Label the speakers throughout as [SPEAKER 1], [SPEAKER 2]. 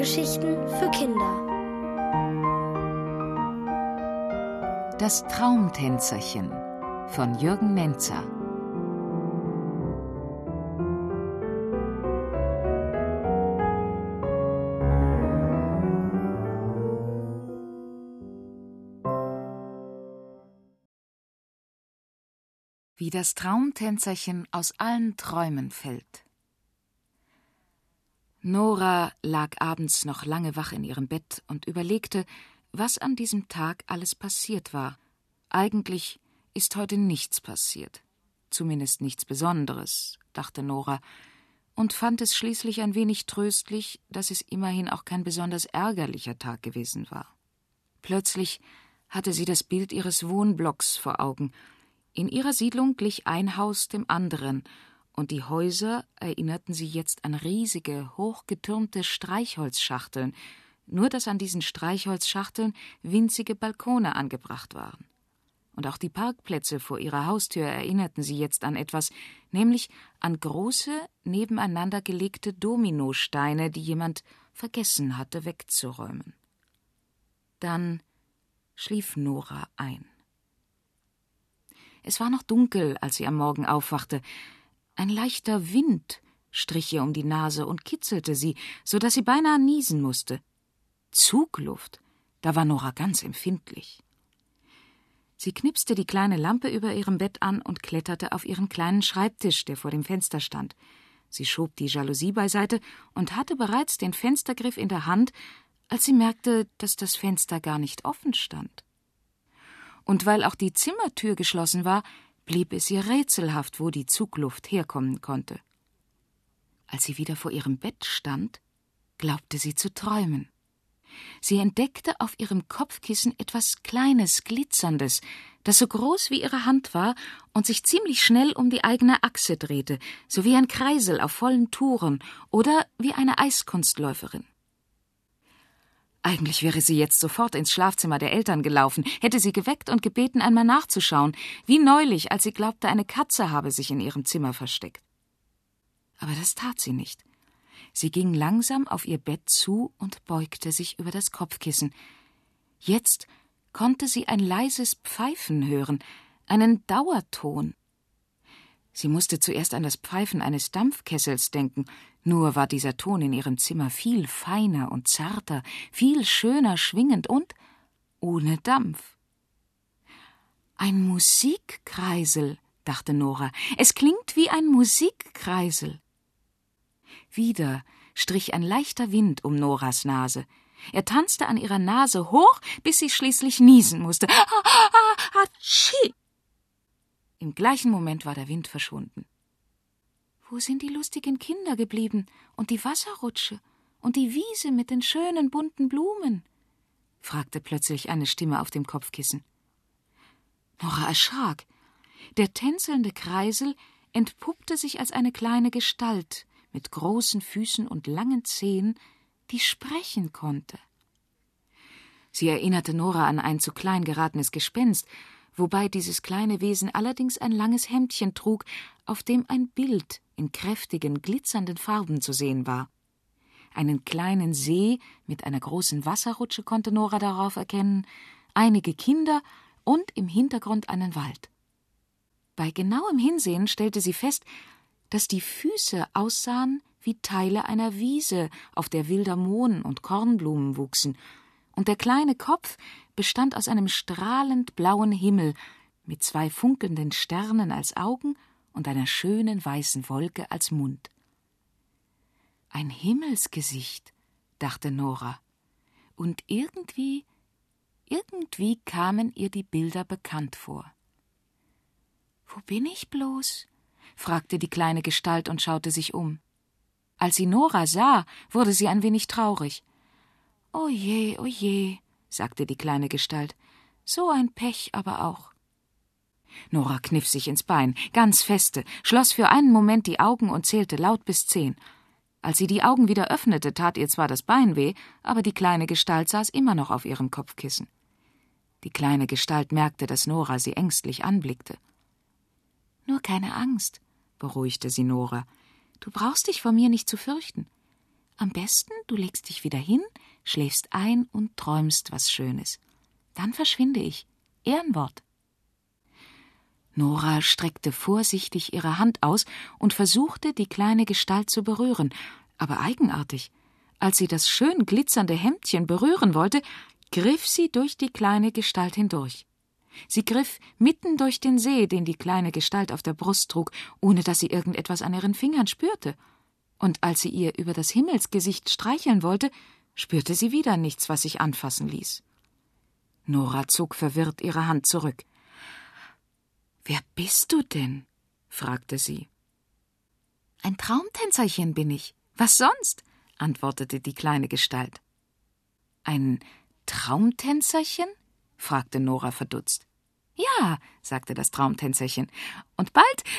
[SPEAKER 1] Hörgeschichten für Kinder.
[SPEAKER 2] Das Traumtänzerchen von Jürgen Nenzer. Wie das Traumtänzerchen aus allen Träumen fällt. Nora lag abends noch lange wach in ihrem Bett und überlegte, was an diesem Tag alles passiert war. Eigentlich ist heute nichts passiert. Zumindest nichts Besonderes, dachte Nora, und fand es schließlich ein wenig tröstlich, dass es immerhin auch kein besonders ärgerlicher Tag gewesen war. Plötzlich hatte sie das Bild ihres Wohnblocks vor Augen. In ihrer Siedlung glich ein Haus dem anderen, und die Häuser erinnerten sie jetzt an riesige, hochgetürmte Streichholzschachteln, nur dass an diesen Streichholzschachteln winzige Balkone angebracht waren. Und auch die Parkplätze vor ihrer Haustür erinnerten sie jetzt an etwas, nämlich an große, nebeneinander gelegte Dominosteine, die jemand vergessen hatte wegzuräumen. Dann schlief Nora ein. Es war noch dunkel, als sie am Morgen aufwachte. Ein leichter Wind strich ihr um die Nase und kitzelte sie, so dass sie beinahe niesen musste. Zugluft, da war Nora ganz empfindlich. Sie knipste die kleine Lampe über ihrem Bett an und kletterte auf ihren kleinen Schreibtisch, der vor dem Fenster stand. Sie schob die Jalousie beiseite und hatte bereits den Fenstergriff in der Hand, als sie merkte, dass das Fenster gar nicht offen stand. Und weil auch die Zimmertür geschlossen war, blieb es ihr rätselhaft, wo die Zugluft herkommen konnte. Als sie wieder vor ihrem Bett stand, glaubte sie zu träumen. Sie entdeckte auf ihrem Kopfkissen etwas Kleines, Glitzerndes, das so groß wie ihre Hand war und sich ziemlich schnell um die eigene Achse drehte, so wie ein Kreisel auf vollen Touren oder wie eine Eiskunstläuferin. Eigentlich wäre sie jetzt sofort ins Schlafzimmer der Eltern gelaufen, hätte sie geweckt und gebeten, einmal nachzuschauen, wie neulich, als sie glaubte, eine Katze habe sich in ihrem Zimmer versteckt. Aber das tat sie nicht. Sie ging langsam auf ihr Bett zu und beugte sich über das Kopfkissen. Jetzt konnte sie ein leises Pfeifen hören, einen Dauerton. Sie musste zuerst an das Pfeifen eines Dampfkessels denken, nur war dieser Ton in ihrem Zimmer viel feiner und zarter, viel schöner schwingend und ohne Dampf. Ein Musikkreisel, dachte Nora, es klingt wie ein Musikkreisel. Wieder strich ein leichter Wind um Noras Nase. Er tanzte an ihrer Nase hoch, bis sie schließlich niesen musste. Hatschi! Im gleichen Moment war der Wind verschwunden. Wo sind die lustigen Kinder geblieben und die Wasserrutsche und die Wiese mit den schönen bunten Blumen? Fragte plötzlich eine Stimme auf dem Kopfkissen. Nora erschrak. Der tänzelnde Kreisel entpuppte sich als eine kleine Gestalt mit großen Füßen und langen Zehen, die sprechen konnte. Sie erinnerte Nora an ein zu klein geratenes Gespenst, wobei dieses kleine Wesen allerdings ein langes Hemdchen trug, auf dem ein Bild in kräftigen, glitzernden Farben zu sehen war. Einen kleinen See mit einer großen Wasserrutsche konnte Nora darauf erkennen, einige Kinder und im Hintergrund einen Wald. Bei genauem Hinsehen stellte sie fest, dass die Füße aussahen wie Teile einer Wiese, auf der wilder Mohn und Kornblumen wuchsen, und der kleine Kopf bestand aus einem strahlend blauen Himmel mit 2 funkelnden Sternen als Augen und einer schönen weißen Wolke als Mund. Ein Himmelsgesicht, dachte Nora, und irgendwie kamen ihr die Bilder bekannt vor. »Wo bin ich bloß?« fragte die kleine Gestalt und schaute sich um. Als sie Nora sah, wurde sie ein wenig traurig. »O je«, sagte die kleine Gestalt, »so ein Pech aber auch.« Nora kniff sich ins Bein, ganz feste, schloss für einen Moment die Augen und zählte laut bis 10. Als sie die Augen wieder öffnete, tat ihr zwar das Bein weh, aber die kleine Gestalt saß immer noch auf ihrem Kopfkissen. Die kleine Gestalt merkte, dass Nora sie ängstlich anblickte. »Nur keine Angst«, beruhigte sie Nora. »Du brauchst dich vor mir nicht zu fürchten. Am besten, du legst dich wieder hin, schläfst ein und träumst was Schönes. Dann verschwinde ich. Ehrenwort. Nora streckte vorsichtig ihre Hand aus und versuchte, die kleine Gestalt zu berühren, aber eigenartig. Als sie das schön glitzernde Hemdchen berühren wollte, griff sie durch die kleine Gestalt hindurch. Sie griff mitten durch den See, den die kleine Gestalt auf der Brust trug, ohne dass sie irgendetwas an ihren Fingern spürte. Und als sie ihr über das Himmelsgesicht streicheln wollte, spürte sie wieder nichts, was sich anfassen ließ. Nora zog verwirrt ihre Hand zurück. »Wer bist du denn?« fragte sie. »Ein Traumtänzerchen bin ich. Was sonst?« antwortete die kleine Gestalt. »Ein Traumtänzerchen?« fragte Nora verdutzt. »Ja«, sagte das Traumtänzerchen, »und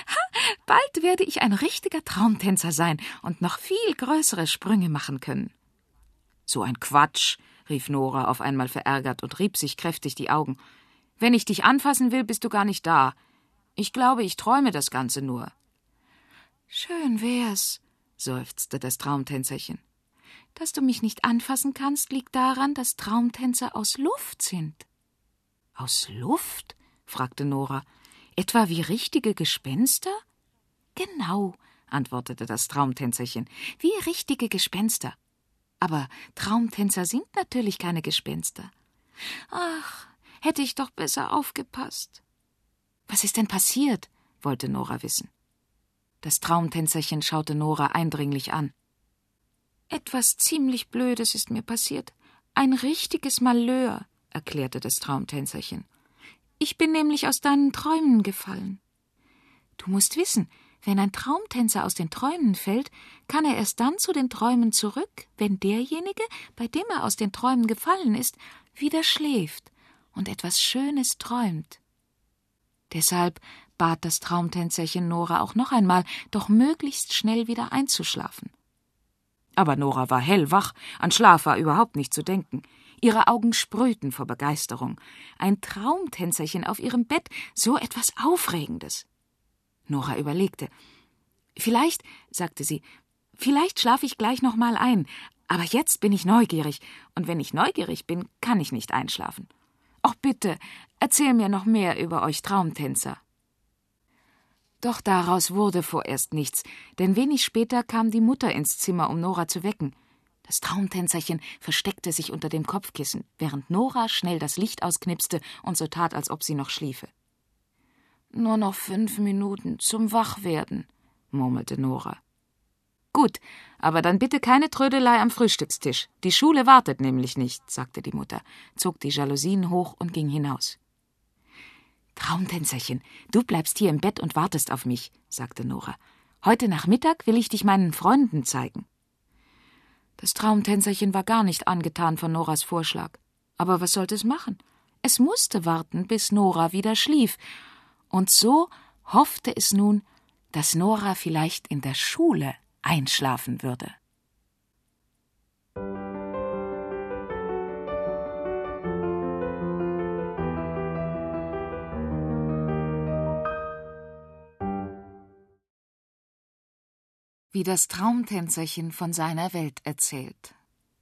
[SPEAKER 2] bald werde ich ein richtiger Traumtänzer sein und noch viel größere Sprünge machen können.« »So ein Quatsch«, rief Nora auf einmal verärgert und rieb sich kräftig die Augen. »Wenn ich dich anfassen will, bist du gar nicht da. Ich glaube, ich träume das Ganze nur.« »Schön wär's«, seufzte das Traumtänzerchen. »Dass du mich nicht anfassen kannst, liegt daran, dass Traumtänzer aus Luft sind.« »Aus Luft?« fragte Nora. »Etwa wie richtige Gespenster?« »Genau«, antwortete das Traumtänzerchen, »wie richtige Gespenster. Aber Traumtänzer sind natürlich keine Gespenster. Ach, hätte ich doch besser aufgepasst.« »Was ist denn passiert?« wollte Nora wissen. Das Traumtänzerchen schaute Nora eindringlich an. »Etwas ziemlich Blödes ist mir passiert. Ein richtiges Malheur«, erklärte das Traumtänzerchen. »Ich bin nämlich aus deinen Träumen gefallen. Du musst wissen, wenn ein Traumtänzer aus den Träumen fällt, kann er erst dann zu den Träumen zurück, wenn derjenige, bei dem er aus den Träumen gefallen ist, wieder schläft und etwas Schönes träumt.« Deshalb bat das Traumtänzerchen Nora auch noch einmal, doch möglichst schnell wieder einzuschlafen. Aber Nora war hellwach, an Schlaf war überhaupt nicht zu denken. Ihre Augen sprühten vor Begeisterung. Ein Traumtänzerchen auf ihrem Bett, so etwas Aufregendes. Nora überlegte. »Vielleicht«, sagte sie, »vielleicht schlafe ich gleich noch mal ein, aber jetzt bin ich neugierig, und wenn ich neugierig bin, kann ich nicht einschlafen. Och bitte, erzähl mir noch mehr über euch Traumtänzer.« Doch daraus wurde vorerst nichts, denn wenig später kam die Mutter ins Zimmer, um Nora zu wecken. Das Traumtänzerchen versteckte sich unter dem Kopfkissen, während Nora schnell das Licht ausknipste und so tat, als ob sie noch schliefe. »Nur noch 5 Minuten zum Wachwerden«, murmelte Nora. »Gut, aber dann bitte keine Trödelei am Frühstückstisch. Die Schule wartet nämlich nicht«, sagte die Mutter, zog die Jalousien hoch und ging hinaus. »Traumtänzerchen, du bleibst hier im Bett und wartest auf mich«, sagte Nora. »Heute Nachmittag will ich dich meinen Freunden zeigen.« Das Traumtänzerchen war gar nicht angetan von Noras Vorschlag. Aber was sollte es machen? Es musste warten, bis Nora wieder schlief. Und so hoffte es nun, dass Nora vielleicht in der Schule einschlafen würde. Wie das Traumtänzerchen von seiner Welt erzählt.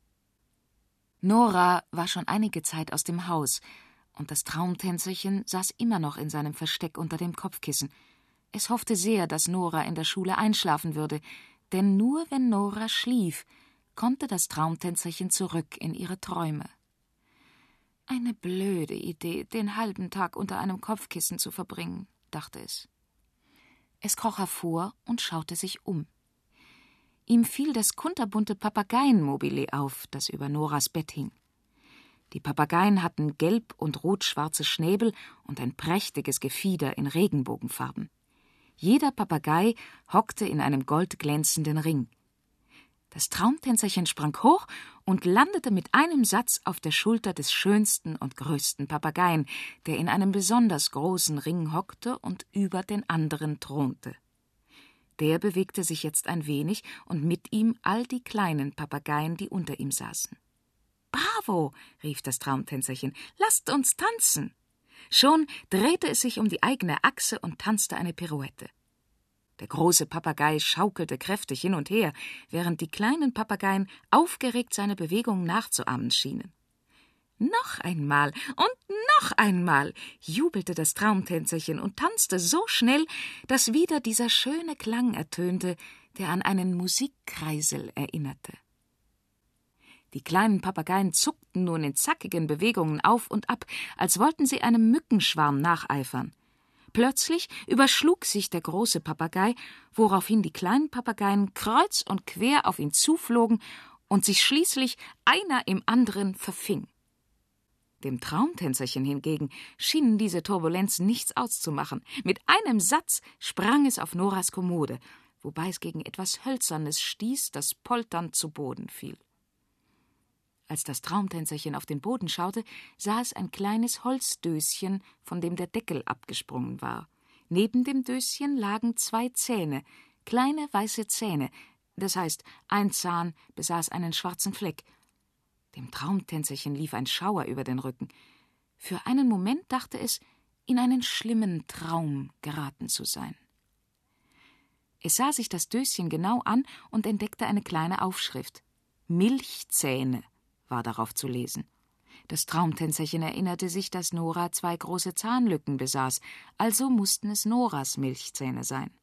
[SPEAKER 2] Nora war schon einige Zeit aus dem Haus, und das Traumtänzerchen saß immer noch in seinem Versteck unter dem Kopfkissen. Es hoffte sehr, dass Nora in der Schule einschlafen würde, denn nur wenn Nora schlief, konnte das Traumtänzerchen zurück in ihre Träume. Eine blöde Idee, den halben Tag unter einem Kopfkissen zu verbringen, dachte es. Es kroch hervor und schaute sich um. Ihm fiel das kunterbunte Papageienmobile auf, das über Noras Bett hing. Die Papageien hatten gelb- und rot-schwarze Schnäbel und ein prächtiges Gefieder in Regenbogenfarben. Jeder Papagei hockte in einem goldglänzenden Ring. Das Traumtänzerchen sprang hoch und landete mit einem Satz auf der Schulter des schönsten und größten Papageien, der in einem besonders großen Ring hockte und über den anderen thronte. Der bewegte sich jetzt ein wenig und mit ihm all die kleinen Papageien, die unter ihm saßen. »Bravo«, rief das Traumtänzerchen, »lasst uns tanzen!« Schon drehte es sich um die eigene Achse und tanzte eine Pirouette. Der große Papagei schaukelte kräftig hin und her, während die kleinen Papageien aufgeregt seine Bewegungen nachzuahmen schienen. Noch einmal und noch einmal jubelte das Traumtänzerchen und tanzte so schnell, dass wieder dieser schöne Klang ertönte, der an einen Musikkreisel erinnerte. Die kleinen Papageien zuckten nun in zackigen Bewegungen auf und ab, als wollten sie einem Mückenschwarm nacheifern. Plötzlich überschlug sich der große Papagei, woraufhin die kleinen Papageien kreuz und quer auf ihn zuflogen und sich schließlich einer im anderen verfing. Dem Traumtänzerchen hingegen schienen diese Turbulenzen nichts auszumachen. Mit einem Satz sprang es auf Noras Kommode, wobei es gegen etwas Hölzernes stieß, das polternd zu Boden fiel. Als das Traumtänzerchen auf den Boden schaute, sah es ein kleines Holzdöschen, von dem der Deckel abgesprungen war. Neben dem Döschen lagen 2 Zähne, kleine weiße Zähne, das heißt, ein Zahn besaß einen schwarzen Fleck. Dem Traumtänzerchen lief ein Schauer über den Rücken. Für einen Moment dachte es, in einen schlimmen Traum geraten zu sein. Es sah sich das Döschen genau an und entdeckte eine kleine Aufschrift. Milchzähne war darauf zu lesen. Das Traumtänzerchen erinnerte sich, dass Nora 2 große Zahnlücken besaß, also mussten es Noras Milchzähne sein.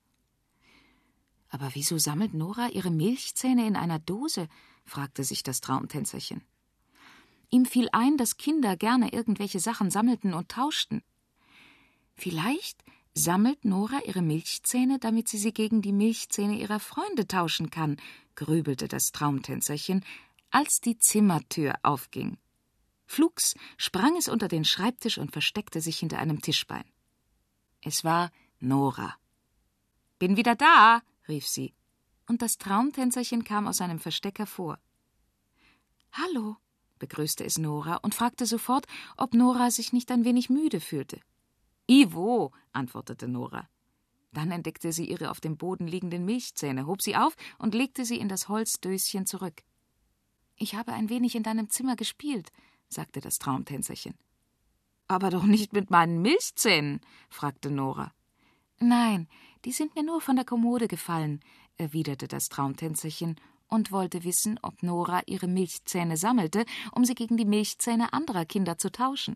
[SPEAKER 2] Aber wieso sammelt Nora ihre Milchzähne in einer Dose? Fragte sich das Traumtänzerchen. Ihm fiel ein, dass Kinder gerne irgendwelche Sachen sammelten und tauschten. Vielleicht sammelt Nora ihre Milchzähne, damit sie gegen die Milchzähne ihrer Freunde tauschen kann, grübelte das Traumtänzerchen, als die Zimmertür aufging. Flugs sprang es unter den Schreibtisch und versteckte sich hinter einem Tischbein. Es war Nora. »Bin wieder da«, rief sie, und das Traumtänzerchen kam aus seinem Versteck hervor. »Hallo«, begrüßte es Nora und fragte sofort, ob Nora sich nicht ein wenig müde fühlte. »Iwo«, antwortete Nora. Dann entdeckte sie ihre auf dem Boden liegenden Milchzähne, hob sie auf und legte sie in das Holzdöschen zurück. »Ich habe ein wenig in deinem Zimmer gespielt«, sagte das Traumtänzerchen. »Aber doch nicht mit meinen Milchzähnen«, fragte Nora. »Nein, die sind mir nur von der Kommode gefallen«, erwiderte das Traumtänzerchen und wollte wissen, ob Nora ihre Milchzähne sammelte, um sie gegen die Milchzähne anderer Kinder zu tauschen.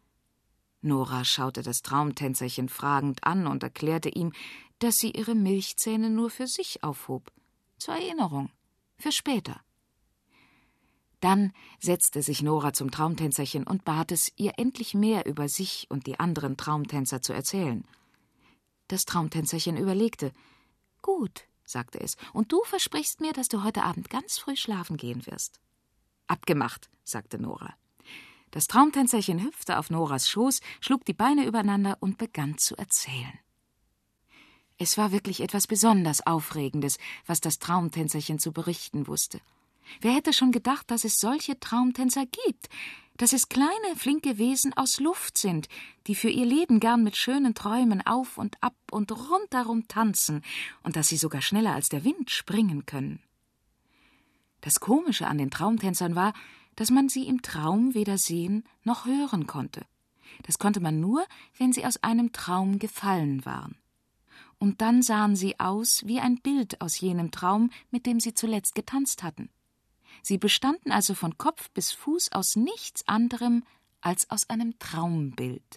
[SPEAKER 2] Nora schaute das Traumtänzerchen fragend an und erklärte ihm, dass sie ihre Milchzähne nur für sich aufhob, zur Erinnerung, für später. Dann setzte sich Nora zum Traumtänzerchen und bat es, ihr endlich mehr über sich und die anderen Traumtänzer zu erzählen. Das Traumtänzerchen überlegte. »Gut«, sagte es, »und du versprichst mir, dass du heute Abend ganz früh schlafen gehen wirst.« »Abgemacht«, sagte Nora. Das Traumtänzerchen hüpfte auf Noras Schoß, schlug die Beine übereinander und begann zu erzählen. Es war wirklich etwas besonders Aufregendes, was das Traumtänzerchen zu berichten wusste. Wer hätte schon gedacht, dass es solche Traumtänzer gibt, dass es kleine, flinke Wesen aus Luft sind, die für ihr Leben gern mit schönen Träumen auf und ab und rundherum tanzen und dass sie sogar schneller als der Wind springen können. Das Komische an den Traumtänzern war, dass man sie im Traum weder sehen noch hören konnte. Das konnte man nur, wenn sie aus einem Traum gefallen waren. Und dann sahen sie aus wie ein Bild aus jenem Traum, mit dem sie zuletzt getanzt hatten. Sie bestanden also von Kopf bis Fuß aus nichts anderem als aus einem Traumbild.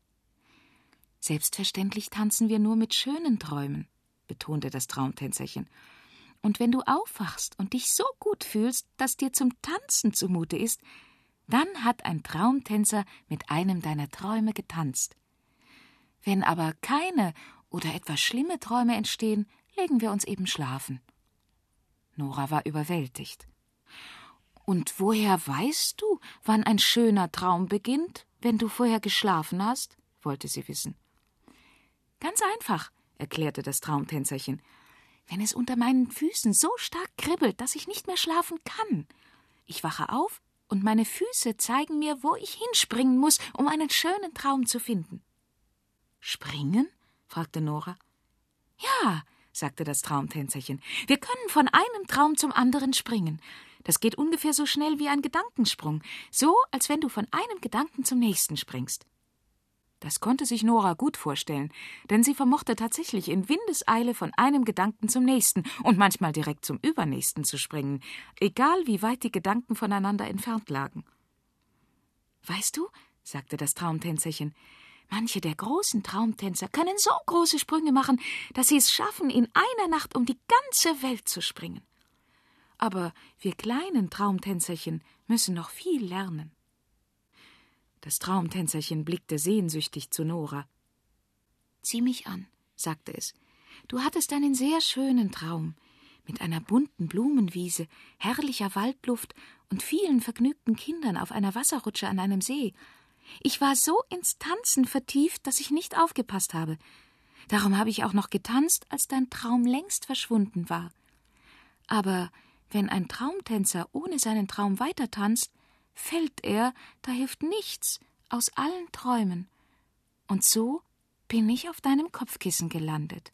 [SPEAKER 2] »Selbstverständlich tanzen wir nur mit schönen Träumen«, betonte das Traumtänzerchen. »Und wenn du aufwachst und dich so gut fühlst, dass dir zum Tanzen zumute ist, dann hat ein Traumtänzer mit einem deiner Träume getanzt. Wenn aber keine oder etwas schlimme Träume entstehen, legen wir uns eben schlafen.« Nora war überwältigt. »Und woher weißt du, wann ein schöner Traum beginnt, wenn du vorher geschlafen hast?« wollte sie wissen. »Ganz einfach«, erklärte das Traumtänzerchen, »wenn es unter meinen Füßen so stark kribbelt, dass ich nicht mehr schlafen kann. Ich wache auf und meine Füße zeigen mir, wo ich hinspringen muss, um einen schönen Traum zu finden.« »Springen?« fragte Nora. »Ja«, sagte das Traumtänzerchen, »wir können von einem Traum zum anderen springen. Das geht ungefähr so schnell wie ein Gedankensprung, so als wenn du von einem Gedanken zum nächsten springst.« Das konnte sich Nora gut vorstellen, denn sie vermochte tatsächlich in Windeseile von einem Gedanken zum nächsten und manchmal direkt zum übernächsten zu springen, egal wie weit die Gedanken voneinander entfernt lagen. »Weißt du«, sagte das Traumtänzerchen, »manche der großen Traumtänzer können so große Sprünge machen, dass sie es schaffen, in einer Nacht um die ganze Welt zu springen. Aber wir kleinen Traumtänzerchen müssen noch viel lernen.« Das Traumtänzerchen blickte sehnsüchtig zu Nora. »Sieh mich an«, sagte es. »Du hattest einen sehr schönen Traum, mit einer bunten Blumenwiese, herrlicher Waldluft und vielen vergnügten Kindern auf einer Wasserrutsche an einem See. Ich war so ins Tanzen vertieft, dass ich nicht aufgepasst habe. Darum habe ich auch noch getanzt, als dein Traum längst verschwunden war. Aber wenn ein Traumtänzer ohne seinen Traum weitertanzt, fällt er, da hilft nichts, aus allen Träumen. Und so bin ich auf deinem Kopfkissen gelandet.«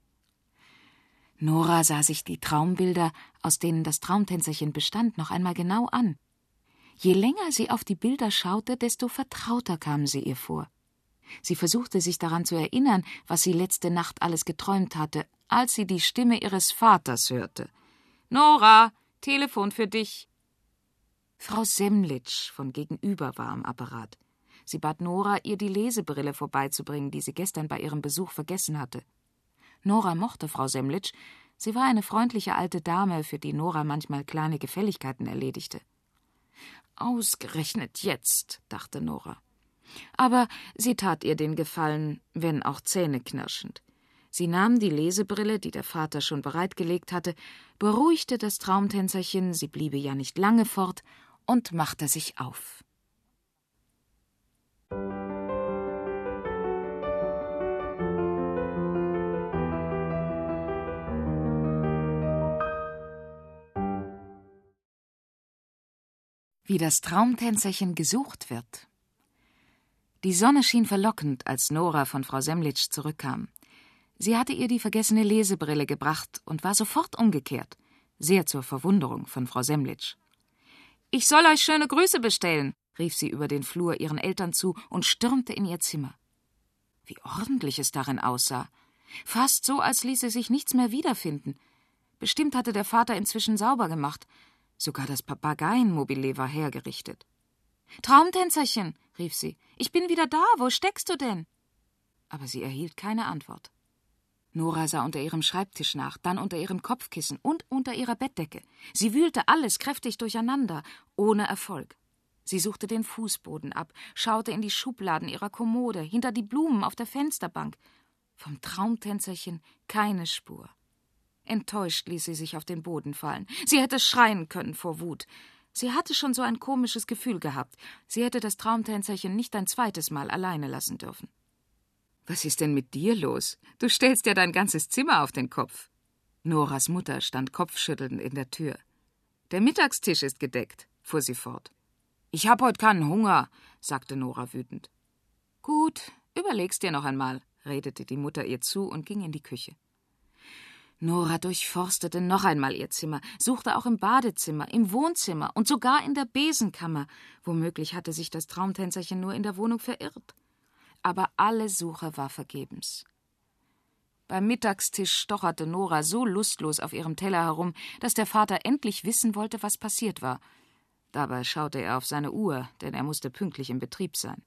[SPEAKER 2] Nora sah sich die Traumbilder, aus denen das Traumtänzerchen bestand, noch einmal genau an. Je länger sie auf die Bilder schaute, desto vertrauter kamen sie ihr vor. Sie versuchte sich daran zu erinnern, was sie letzte Nacht alles geträumt hatte, als sie die Stimme ihres Vaters hörte. »Nora, Telefon für dich!« Frau Semlitsch von gegenüber war am Apparat. Sie bat Nora, ihr die Lesebrille vorbeizubringen, die sie gestern bei ihrem Besuch vergessen hatte. Nora mochte Frau Semlitsch. Sie war eine freundliche alte Dame, für die Nora manchmal kleine Gefälligkeiten erledigte. »Ausgerechnet jetzt«, dachte Nora. Aber sie tat ihr den Gefallen, wenn auch zähneknirschend. Sie nahm die Lesebrille, die der Vater schon bereitgelegt hatte, beruhigte das Traumtänzerchen, sie bliebe ja nicht lange fort, und machte sich auf. Wie das Traumtänzerchen gesucht wird. Die Sonne schien verlockend, als Nora von Frau Semlitsch zurückkam. Sie hatte ihr die vergessene Lesebrille gebracht und war sofort umgekehrt, sehr zur Verwunderung von Frau Semlitsch. »Ich soll euch schöne Grüße bestellen«, rief sie über den Flur ihren Eltern zu und stürmte in ihr Zimmer. Wie ordentlich es darin aussah. Fast so, als ließe sich nichts mehr wiederfinden. Bestimmt hatte der Vater inzwischen sauber gemacht. Sogar das Papageienmobile war hergerichtet. »Traumtänzerchen«, rief sie, »ich bin wieder da, wo steckst du denn?« Aber sie erhielt keine Antwort. Nora sah unter ihrem Schreibtisch nach, dann unter ihrem Kopfkissen und unter ihrer Bettdecke. Sie wühlte alles kräftig durcheinander, ohne Erfolg. Sie suchte den Fußboden ab, schaute in die Schubladen ihrer Kommode, hinter die Blumen auf der Fensterbank. Vom Traumtänzerchen keine Spur. Enttäuscht ließ sie sich auf den Boden fallen. Sie hätte schreien können vor Wut. Sie hatte schon so ein komisches Gefühl gehabt. Sie hätte das Traumtänzerchen nicht ein zweites Mal alleine lassen dürfen. »Was ist denn mit dir los? Du stellst ja dein ganzes Zimmer auf den Kopf.« Noras Mutter stand kopfschüttelnd in der Tür. »Der Mittagstisch ist gedeckt«, fuhr sie fort. »Ich hab heut keinen Hunger«, sagte Nora wütend. »Gut, überleg's dir noch einmal«, redete die Mutter ihr zu und ging in die Küche. Nora durchforstete noch einmal ihr Zimmer, suchte auch im Badezimmer, im Wohnzimmer und sogar in der Besenkammer. Womöglich hatte sich das Traumtänzerchen nur in der Wohnung verirrt. Aber alle Suche war vergebens. Beim Mittagstisch stocherte Nora so lustlos auf ihrem Teller herum, dass der Vater endlich wissen wollte, was passiert war. Dabei schaute er auf seine Uhr, denn er musste pünktlich im Betrieb sein.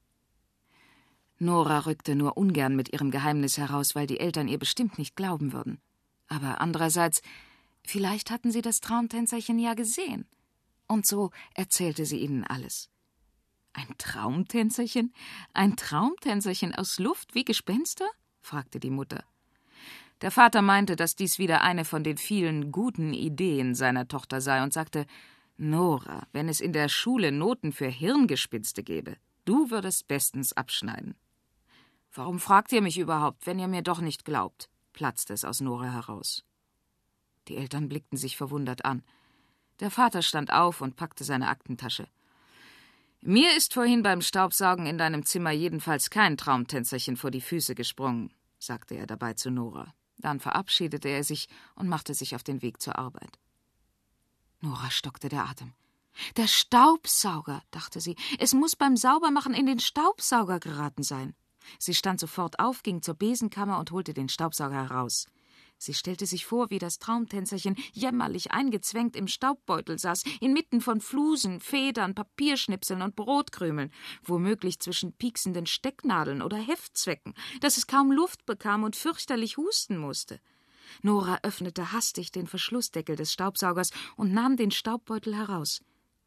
[SPEAKER 2] Nora rückte nur ungern mit ihrem Geheimnis heraus, weil die Eltern ihr bestimmt nicht glauben würden. Aber andererseits, vielleicht hatten sie das Traumtänzerchen ja gesehen. Und so erzählte sie ihnen alles. »Ein Traumtänzerchen? Ein Traumtänzerchen aus Luft wie Gespenster?« fragte die Mutter. Der Vater meinte, dass dies wieder eine von den vielen guten Ideen seiner Tochter sei und sagte, »Nora, wenn es in der Schule Noten für Hirngespinste gäbe, du würdest bestens abschneiden.« »Warum fragt ihr mich überhaupt, wenn ihr mir doch nicht glaubt?« platzte es aus Nora heraus. Die Eltern blickten sich verwundert an. Der Vater stand auf und packte seine Aktentasche. »Mir ist vorhin beim Staubsaugen in deinem Zimmer jedenfalls kein Traumtänzerchen vor die Füße gesprungen«, sagte er dabei zu Nora. Dann verabschiedete er sich und machte sich auf den Weg zur Arbeit. Nora stockte der Atem. »Der Staubsauger«, dachte sie, »es muss beim Saubermachen in den Staubsauger geraten sein.« Sie stand sofort auf, ging zur Besenkammer und holte den Staubsauger heraus. Sie stellte sich vor, wie das Traumtänzerchen jämmerlich eingezwängt im Staubbeutel saß, inmitten von Flusen, Federn, Papierschnipseln und Brotkrümeln, womöglich zwischen pieksenden Stecknadeln oder Heftzwecken, dass es kaum Luft bekam und fürchterlich husten musste. Nora öffnete hastig den Verschlussdeckel des Staubsaugers und nahm den Staubbeutel heraus.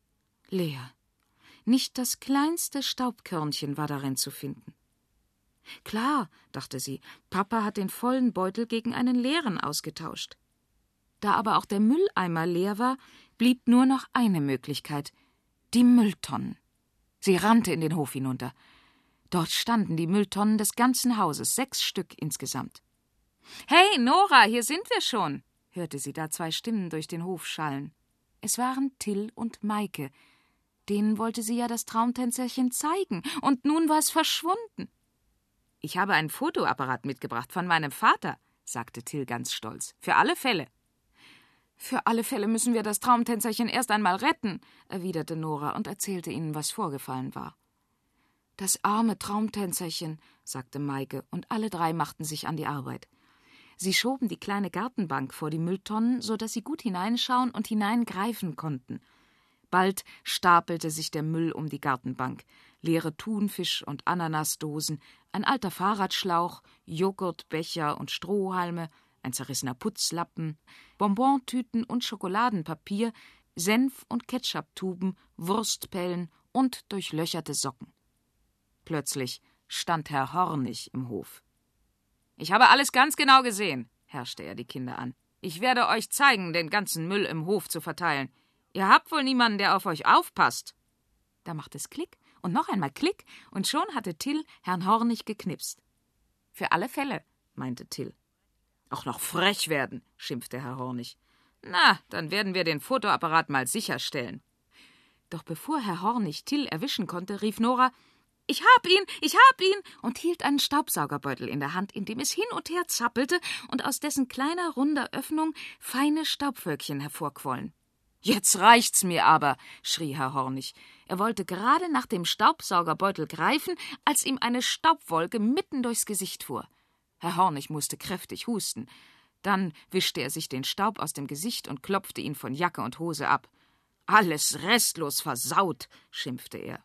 [SPEAKER 2] Leer. Nicht das kleinste Staubkörnchen war darin zu finden. Klar, dachte sie, Papa hat den vollen Beutel gegen einen leeren ausgetauscht. Da aber auch der Mülleimer leer war, blieb nur noch eine Möglichkeit: die Mülltonnen. Sie rannte in den Hof hinunter. Dort standen die Mülltonnen des ganzen Hauses, 6 Stück insgesamt. »Hey, Nora, hier sind wir schon«, hörte sie da 2 Stimmen durch den Hof schallen. Es waren Till und Maike. Denen wollte sie ja das Traumtänzerchen zeigen, und nun war es verschwunden. »Ich habe einen Fotoapparat mitgebracht von meinem Vater«, sagte Till ganz stolz. »Für alle Fälle.« »Für alle Fälle müssen wir das Traumtänzerchen erst einmal retten«, erwiderte Nora und erzählte ihnen, was vorgefallen war. »Das arme Traumtänzerchen«, sagte Maike, und alle 3 machten sich an die Arbeit. Sie schoben die kleine Gartenbank vor die Mülltonnen, so dass sie gut hineinschauen und hineingreifen konnten. Bald stapelte sich der Müll um die Gartenbank. Leere Thunfisch- und Ananasdosen, ein alter Fahrradschlauch, Joghurtbecher und Strohhalme, ein zerrissener Putzlappen, Bonbontüten und Schokoladenpapier, Senf- und Ketchuptuben, Wurstpellen und durchlöcherte Socken. Plötzlich stand Herr Hornig im Hof. »Ich habe alles ganz genau gesehen«, herrschte er die Kinder an. »Ich werde euch zeigen, den ganzen Müll im Hof zu verteilen. Ihr habt wohl niemanden, der auf euch aufpasst.« Da machte es Klick und noch einmal Klick, und schon hatte Till Herrn Hornig geknipst. »Für alle Fälle«, meinte Till. »Auch noch frech werden«, schimpfte Herr Hornig. »Na, dann werden wir den Fotoapparat mal sicherstellen.« Doch bevor Herr Hornig Till erwischen konnte, rief Nora: »Ich hab ihn!« und hielt einen Staubsaugerbeutel in der Hand, in dem es hin und her zappelte und aus dessen kleiner, runder Öffnung feine Staubwölkchen hervorquollen. »Jetzt reicht's mir aber«, schrie Herr Hornig. Er wollte gerade nach dem Staubsaugerbeutel greifen, als ihm eine Staubwolke mitten durchs Gesicht fuhr. Herr Hornig musste kräftig husten. Dann wischte er sich den Staub aus dem Gesicht und klopfte ihn von Jacke und Hose ab. »Alles restlos versaut«, schimpfte er.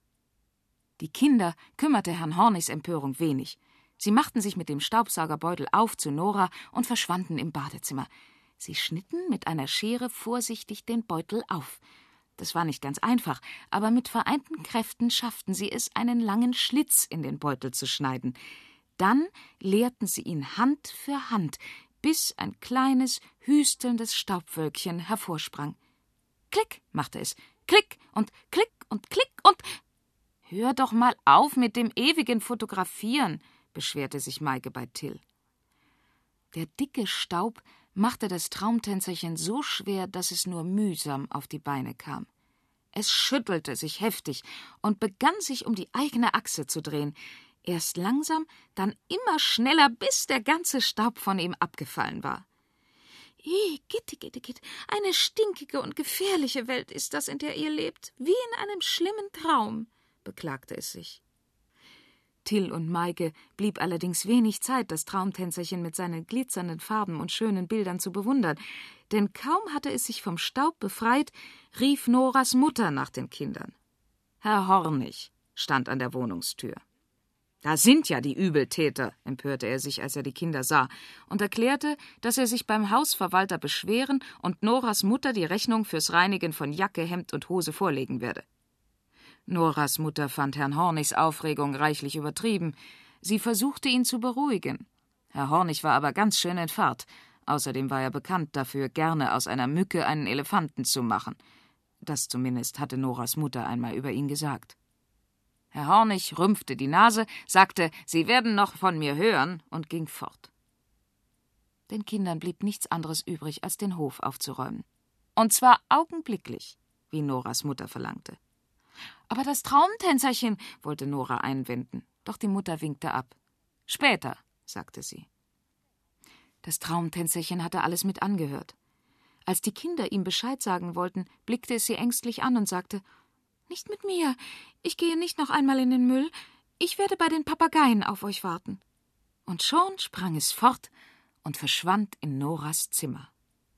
[SPEAKER 2] Die Kinder kümmerte Herrn Hornigs Empörung wenig. Sie machten sich mit dem Staubsaugerbeutel auf zu Nora und verschwanden im Badezimmer. Sie schnitten mit einer Schere vorsichtig den Beutel auf. Das war nicht ganz einfach, aber mit vereinten Kräften schafften sie es, einen langen Schlitz in den Beutel zu schneiden. Dann leerten sie ihn Hand für Hand, bis ein kleines, hüstelndes Staubwölkchen hervorsprang. Klick machte es, klick und klick und klick und... »Hör doch mal auf mit dem ewigen Fotografieren«, beschwerte sich Maike bei Till. Der dicke Staub machte das Traumtänzerchen so schwer, dass es nur mühsam auf die Beine kam. Es schüttelte sich heftig und begann sich um die eigene Achse zu drehen. Erst langsam, dann immer schneller, bis der ganze Staub von ihm abgefallen war. Gitt, eine stinkige und gefährliche Welt ist das, in der ihr lebt, wie in einem schlimmen Traum«, beklagte es sich. Till und Maike blieb allerdings wenig Zeit, das Traumtänzerchen mit seinen glitzernden Farben und schönen Bildern zu bewundern, denn kaum hatte es sich vom Staub befreit, rief Noras Mutter nach den Kindern. Herr Hornig stand an der Wohnungstür. »Da sind ja die Übeltäter«, empörte er sich, als er die Kinder sah, und erklärte, dass er sich beim Hausverwalter beschweren und Noras Mutter die Rechnung fürs Reinigen von Jacke, Hemd und Hose vorlegen werde. Noras Mutter fand Herrn Hornigs Aufregung reichlich übertrieben. Sie versuchte, ihn zu beruhigen. Herr Hornig war aber ganz schön in Fahrt. Außerdem war er bekannt dafür, gerne aus einer Mücke einen Elefanten zu machen. Das zumindest hatte Noras Mutter einmal über ihn gesagt. Herr Hornig rümpfte die Nase, sagte, sie werden noch von mir hören, und ging fort. Den Kindern blieb nichts anderes übrig, als den Hof aufzuräumen. Und zwar augenblicklich, wie Noras Mutter verlangte. »Aber das Traumtänzerchen«, wollte Nora einwenden, doch die Mutter winkte ab. »Später«, sagte sie. Das Traumtänzerchen hatte alles mit angehört. Als die Kinder ihm Bescheid sagen wollten, blickte es sie ängstlich an und sagte, »Nicht mit mir, ich gehe nicht noch einmal in den Müll. Ich werde bei den Papageien auf euch warten.« Und schon sprang es fort und verschwand in Noras Zimmer.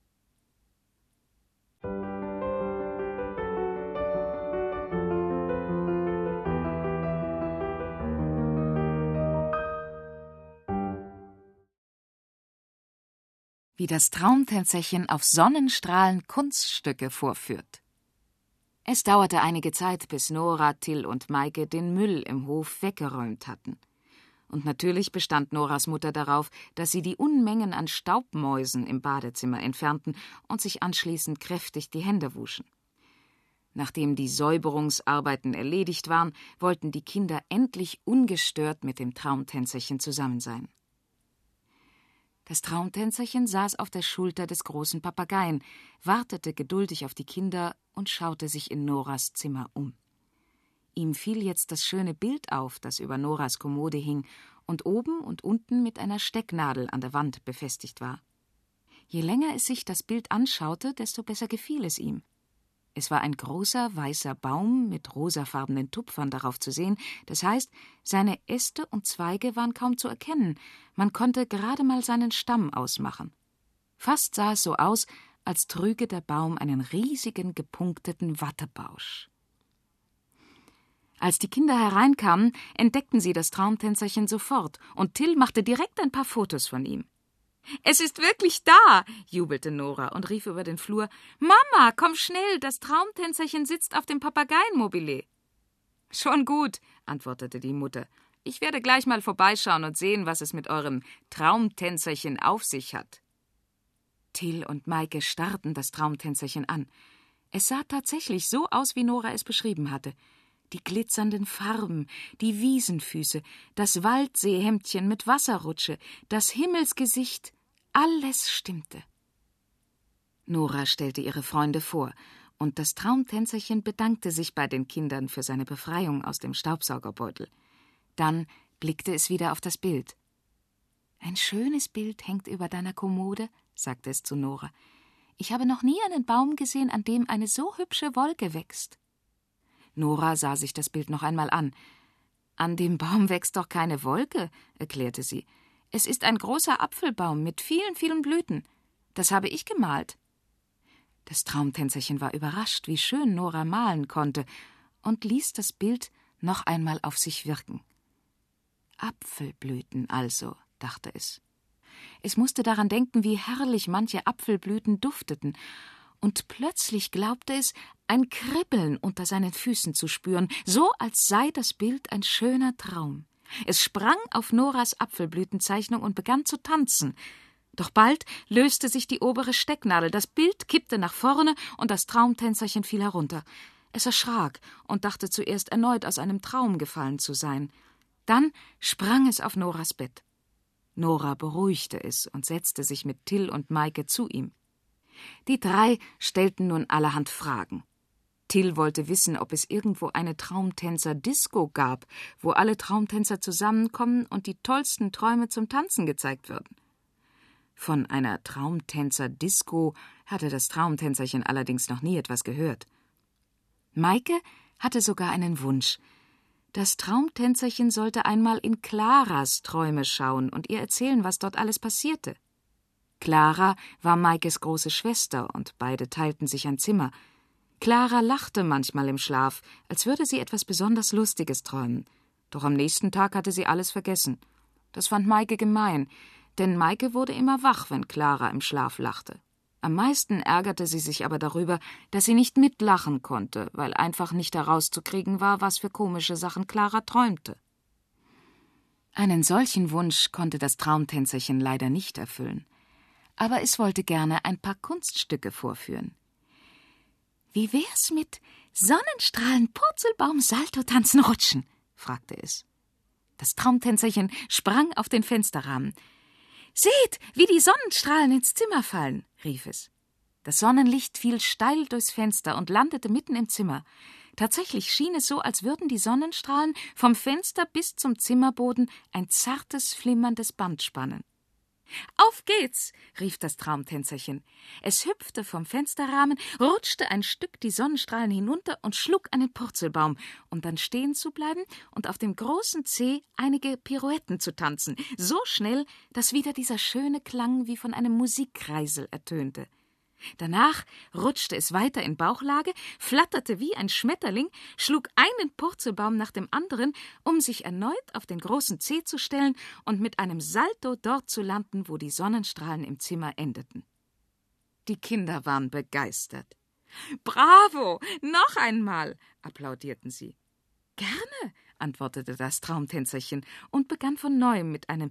[SPEAKER 2] Wie das Traumtänzerchen auf Sonnenstrahlen Kunststücke vorführt. Es dauerte einige Zeit, bis Nora, Till und Maike den Müll im Hof weggeräumt hatten. Und natürlich bestand Noras Mutter darauf, dass sie die Unmengen an Staubmäusen im Badezimmer entfernten und sich anschließend kräftig die Hände wuschen. Nachdem die Säuberungsarbeiten erledigt waren, wollten die Kinder endlich ungestört mit dem Traumtänzerchen zusammen sein. Das Traumtänzerchen saß auf der Schulter des großen Papageien, wartete geduldig auf die Kinder und schaute sich in Noras Zimmer um. Ihm fiel jetzt das schöne Bild auf, das über Noras Kommode hing und oben und unten mit einer Stecknadel an der Wand befestigt war. Je länger es sich das Bild anschaute, desto besser gefiel es ihm. Es war ein großer, weißer Baum mit rosafarbenen Tupfern darauf zu sehen, das heißt, seine Äste und Zweige waren kaum zu erkennen, man konnte gerade mal seinen Stamm ausmachen. Fast sah es so aus, als trüge der Baum einen riesigen, gepunkteten Wattebausch. Als die Kinder hereinkamen, entdeckten sie das Traumtänzerchen sofort, und Till machte direkt ein paar Fotos von ihm. »Es ist wirklich da«, jubelte Nora und rief über den Flur, »Mama, komm schnell, das Traumtänzerchen sitzt auf dem Papageienmobile.« »Schon gut«, antwortete die Mutter. »Ich werde gleich mal vorbeischauen und sehen, was es mit eurem Traumtänzerchen auf sich hat.« Till und Maike starrten das Traumtänzerchen an. Es sah tatsächlich so aus, wie Nora es beschrieben hatte. Die glitzernden Farben, die Wiesenfüße, das Waldseehemdchen mit Wasserrutsche, das Himmelsgesicht, alles stimmte. Nora stellte ihre Freunde vor, und das Traumtänzerchen bedankte sich bei den Kindern für seine Befreiung aus dem Staubsaugerbeutel. Dann blickte es wieder auf das Bild. »Ein schönes Bild hängt über deiner Kommode«, sagte es zu Nora. »Ich habe noch nie einen Baum gesehen, an dem eine so hübsche Wolke wächst.« Nora sah sich das Bild noch einmal an. »An dem Baum wächst doch keine Wolke«, erklärte sie. »Es ist ein großer Apfelbaum mit vielen, vielen Blüten. Das habe ich gemalt.« Das Traumtänzerchen war überrascht, wie schön Nora malen konnte, und ließ das Bild noch einmal auf sich wirken. Apfelblüten also, dachte es. Es musste daran denken, wie herrlich manche Apfelblüten dufteten, und plötzlich glaubte es, ein Kribbeln unter seinen Füßen zu spüren, so als sei das Bild ein schöner Traum. Es sprang auf Noras Apfelblütenzeichnung und begann zu tanzen. Doch bald löste sich die obere Stecknadel, das Bild kippte nach vorne und das Traumtänzerchen fiel herunter. Es erschrak und dachte zuerst erneut, aus einem Traum gefallen zu sein. Dann sprang es auf Noras Bett. Nora beruhigte es und setzte sich mit Till und Maike zu ihm. Die drei stellten nun allerhand Fragen. Till wollte wissen, ob es irgendwo eine Traumtänzer-Disco gab, wo alle Traumtänzer zusammenkommen und die tollsten Träume zum Tanzen gezeigt würden. Von einer Traumtänzer-Disco hatte das Traumtänzerchen allerdings noch nie etwas gehört. Maike hatte sogar einen Wunsch. Das Traumtänzerchen sollte einmal in Klaras Träume schauen und ihr erzählen, was dort alles passierte. Klara war Maikes große Schwester und beide teilten sich ein Zimmer. Klara lachte manchmal im Schlaf, als würde sie etwas besonders Lustiges träumen. Doch am nächsten Tag hatte sie alles vergessen. Das fand Maike gemein, denn Maike wurde immer wach, wenn Klara im Schlaf lachte. Am meisten ärgerte sie sich aber darüber, dass sie nicht mitlachen konnte, weil einfach nicht herauszukriegen war, was für komische Sachen Klara träumte. Einen solchen Wunsch konnte das Traumtänzerchen leider nicht erfüllen. Aber es wollte gerne ein paar Kunststücke vorführen. »Wie wär's mit Sonnenstrahlen, Purzelbaum, Salto, Tanzen, Rutschen?« fragte es. Das Traumtänzerchen sprang auf den Fensterrahmen. »Seht, wie die Sonnenstrahlen ins Zimmer fallen«, rief es. Das Sonnenlicht fiel steil durchs Fenster und landete mitten im Zimmer. Tatsächlich schien es so, als würden die Sonnenstrahlen vom Fenster bis zum Zimmerboden ein zartes, flimmerndes Band spannen. »Auf geht's«, rief das Traumtänzerchen. Es hüpfte vom Fensterrahmen, rutschte ein Stück die Sonnenstrahlen hinunter und schlug einen Purzelbaum, um dann stehen zu bleiben und auf dem großen Zeh einige Pirouetten zu tanzen, so schnell, dass wieder dieser schöne Klang wie von einem Musikkreisel ertönte. Danach rutschte es weiter in Bauchlage, flatterte wie ein Schmetterling, schlug einen Purzelbaum nach dem anderen, um sich erneut auf den großen Zeh zu stellen und mit einem Salto dort zu landen, wo die Sonnenstrahlen im Zimmer endeten. Die Kinder waren begeistert. »Bravo! Noch einmal!« applaudierten sie. »Gerne«, antwortete das Traumtänzerchen und begann von neuem mit einem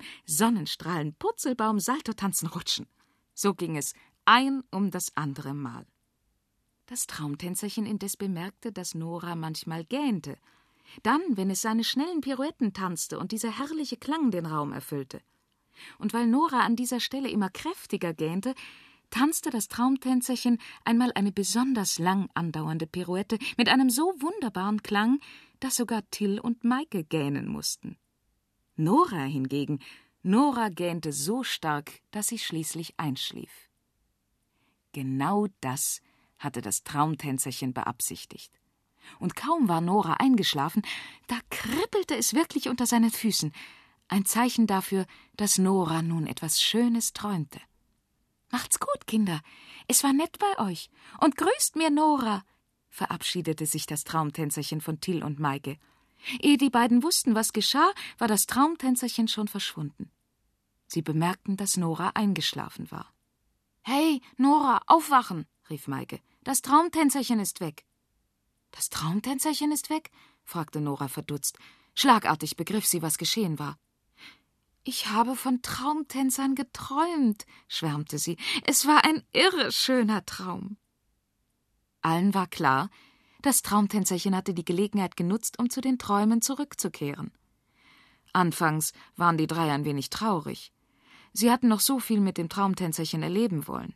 [SPEAKER 2] Sonnenstrahlen-Purzelbaum-Saltotanzen-Rutschen. So ging es ein um das andere Mal. Das Traumtänzerchen indes bemerkte, dass Nora manchmal gähnte. Dann, wenn es seine schnellen Pirouetten tanzte und dieser herrliche Klang den Raum erfüllte. Und weil Nora an dieser Stelle immer kräftiger gähnte, tanzte das Traumtänzerchen einmal eine besonders lang andauernde Pirouette mit einem so wunderbaren Klang, dass sogar Till und Maike gähnen mussten. Nora gähnte so stark, dass sie schließlich einschlief. Genau das hatte das Traumtänzerchen beabsichtigt. Und kaum war Nora eingeschlafen, da kribbelte es wirklich unter seinen Füßen. Ein Zeichen dafür, dass Nora nun etwas Schönes träumte. »Macht's gut, Kinder. Es war nett bei euch. Und grüßt mir Nora«, verabschiedete sich das Traumtänzerchen von Till und Maike. Ehe die beiden wussten, was geschah, war das Traumtänzerchen schon verschwunden. Sie bemerkten, dass Nora eingeschlafen war. »Hey, Nora, aufwachen«, rief Maike. »Das Traumtänzerchen ist weg.« »Das Traumtänzerchen ist weg?« fragte Nora verdutzt. Schlagartig begriff sie, was geschehen war. »Ich habe von Traumtänzern geträumt«, schwärmte sie. »Es war ein irre schöner Traum.« Allen war klar, das Traumtänzerchen hatte die Gelegenheit genutzt, um zu den Träumen zurückzukehren. Anfangs waren die drei ein wenig traurig. Sie hatten noch so viel mit dem Traumtänzerchen erleben wollen.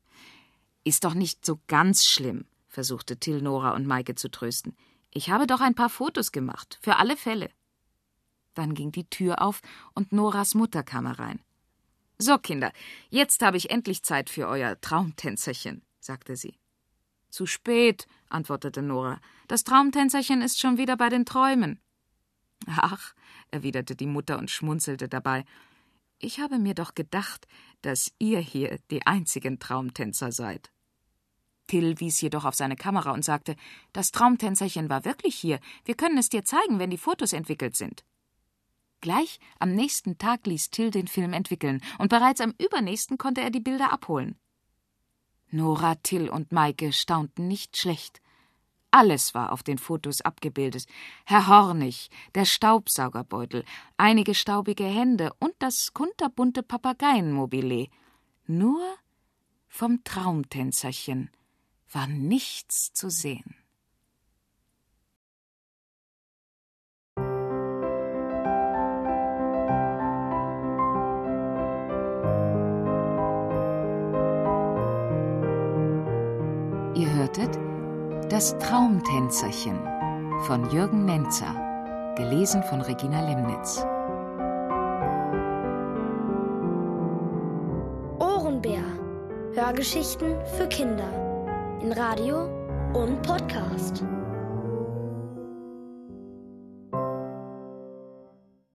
[SPEAKER 2] »Ist doch nicht so ganz schlimm«, versuchte Till, Nora und Maike zu trösten. »Ich habe doch ein paar Fotos gemacht, für alle Fälle.« Dann ging die Tür auf und Noras Mutter kam herein. »So, Kinder, jetzt habe ich endlich Zeit für euer Traumtänzerchen«, sagte sie. »Zu spät«, antwortete Nora. »Das Traumtänzerchen ist schon wieder bei den Träumen.« »Ach«, erwiderte die Mutter und schmunzelte dabei, »ich habe mir doch gedacht, dass ihr hier die einzigen Traumtänzer seid.« Till wies jedoch auf seine Kamera und sagte, »Das Traumtänzerchen war wirklich hier. Wir können es dir zeigen, wenn die Fotos entwickelt sind.« Gleich am nächsten Tag ließ Till den Film entwickeln, und bereits am übernächsten konnte er die Bilder abholen. Nora, Till und Maike staunten nicht schlecht. Alles war auf den Fotos abgebildet. Herr Hornig, der Staubsaugerbeutel, einige staubige Hände und das kunterbunte Papageienmobile. Nur vom Traumtänzerchen war nichts zu sehen. Ihr hörtet »Das Traumtänzerchen« von Jürgen Nenzer, gelesen von Regina Lemnitz.
[SPEAKER 1] Ohrenbär. Hörgeschichten für Kinder. In Radio und Podcast.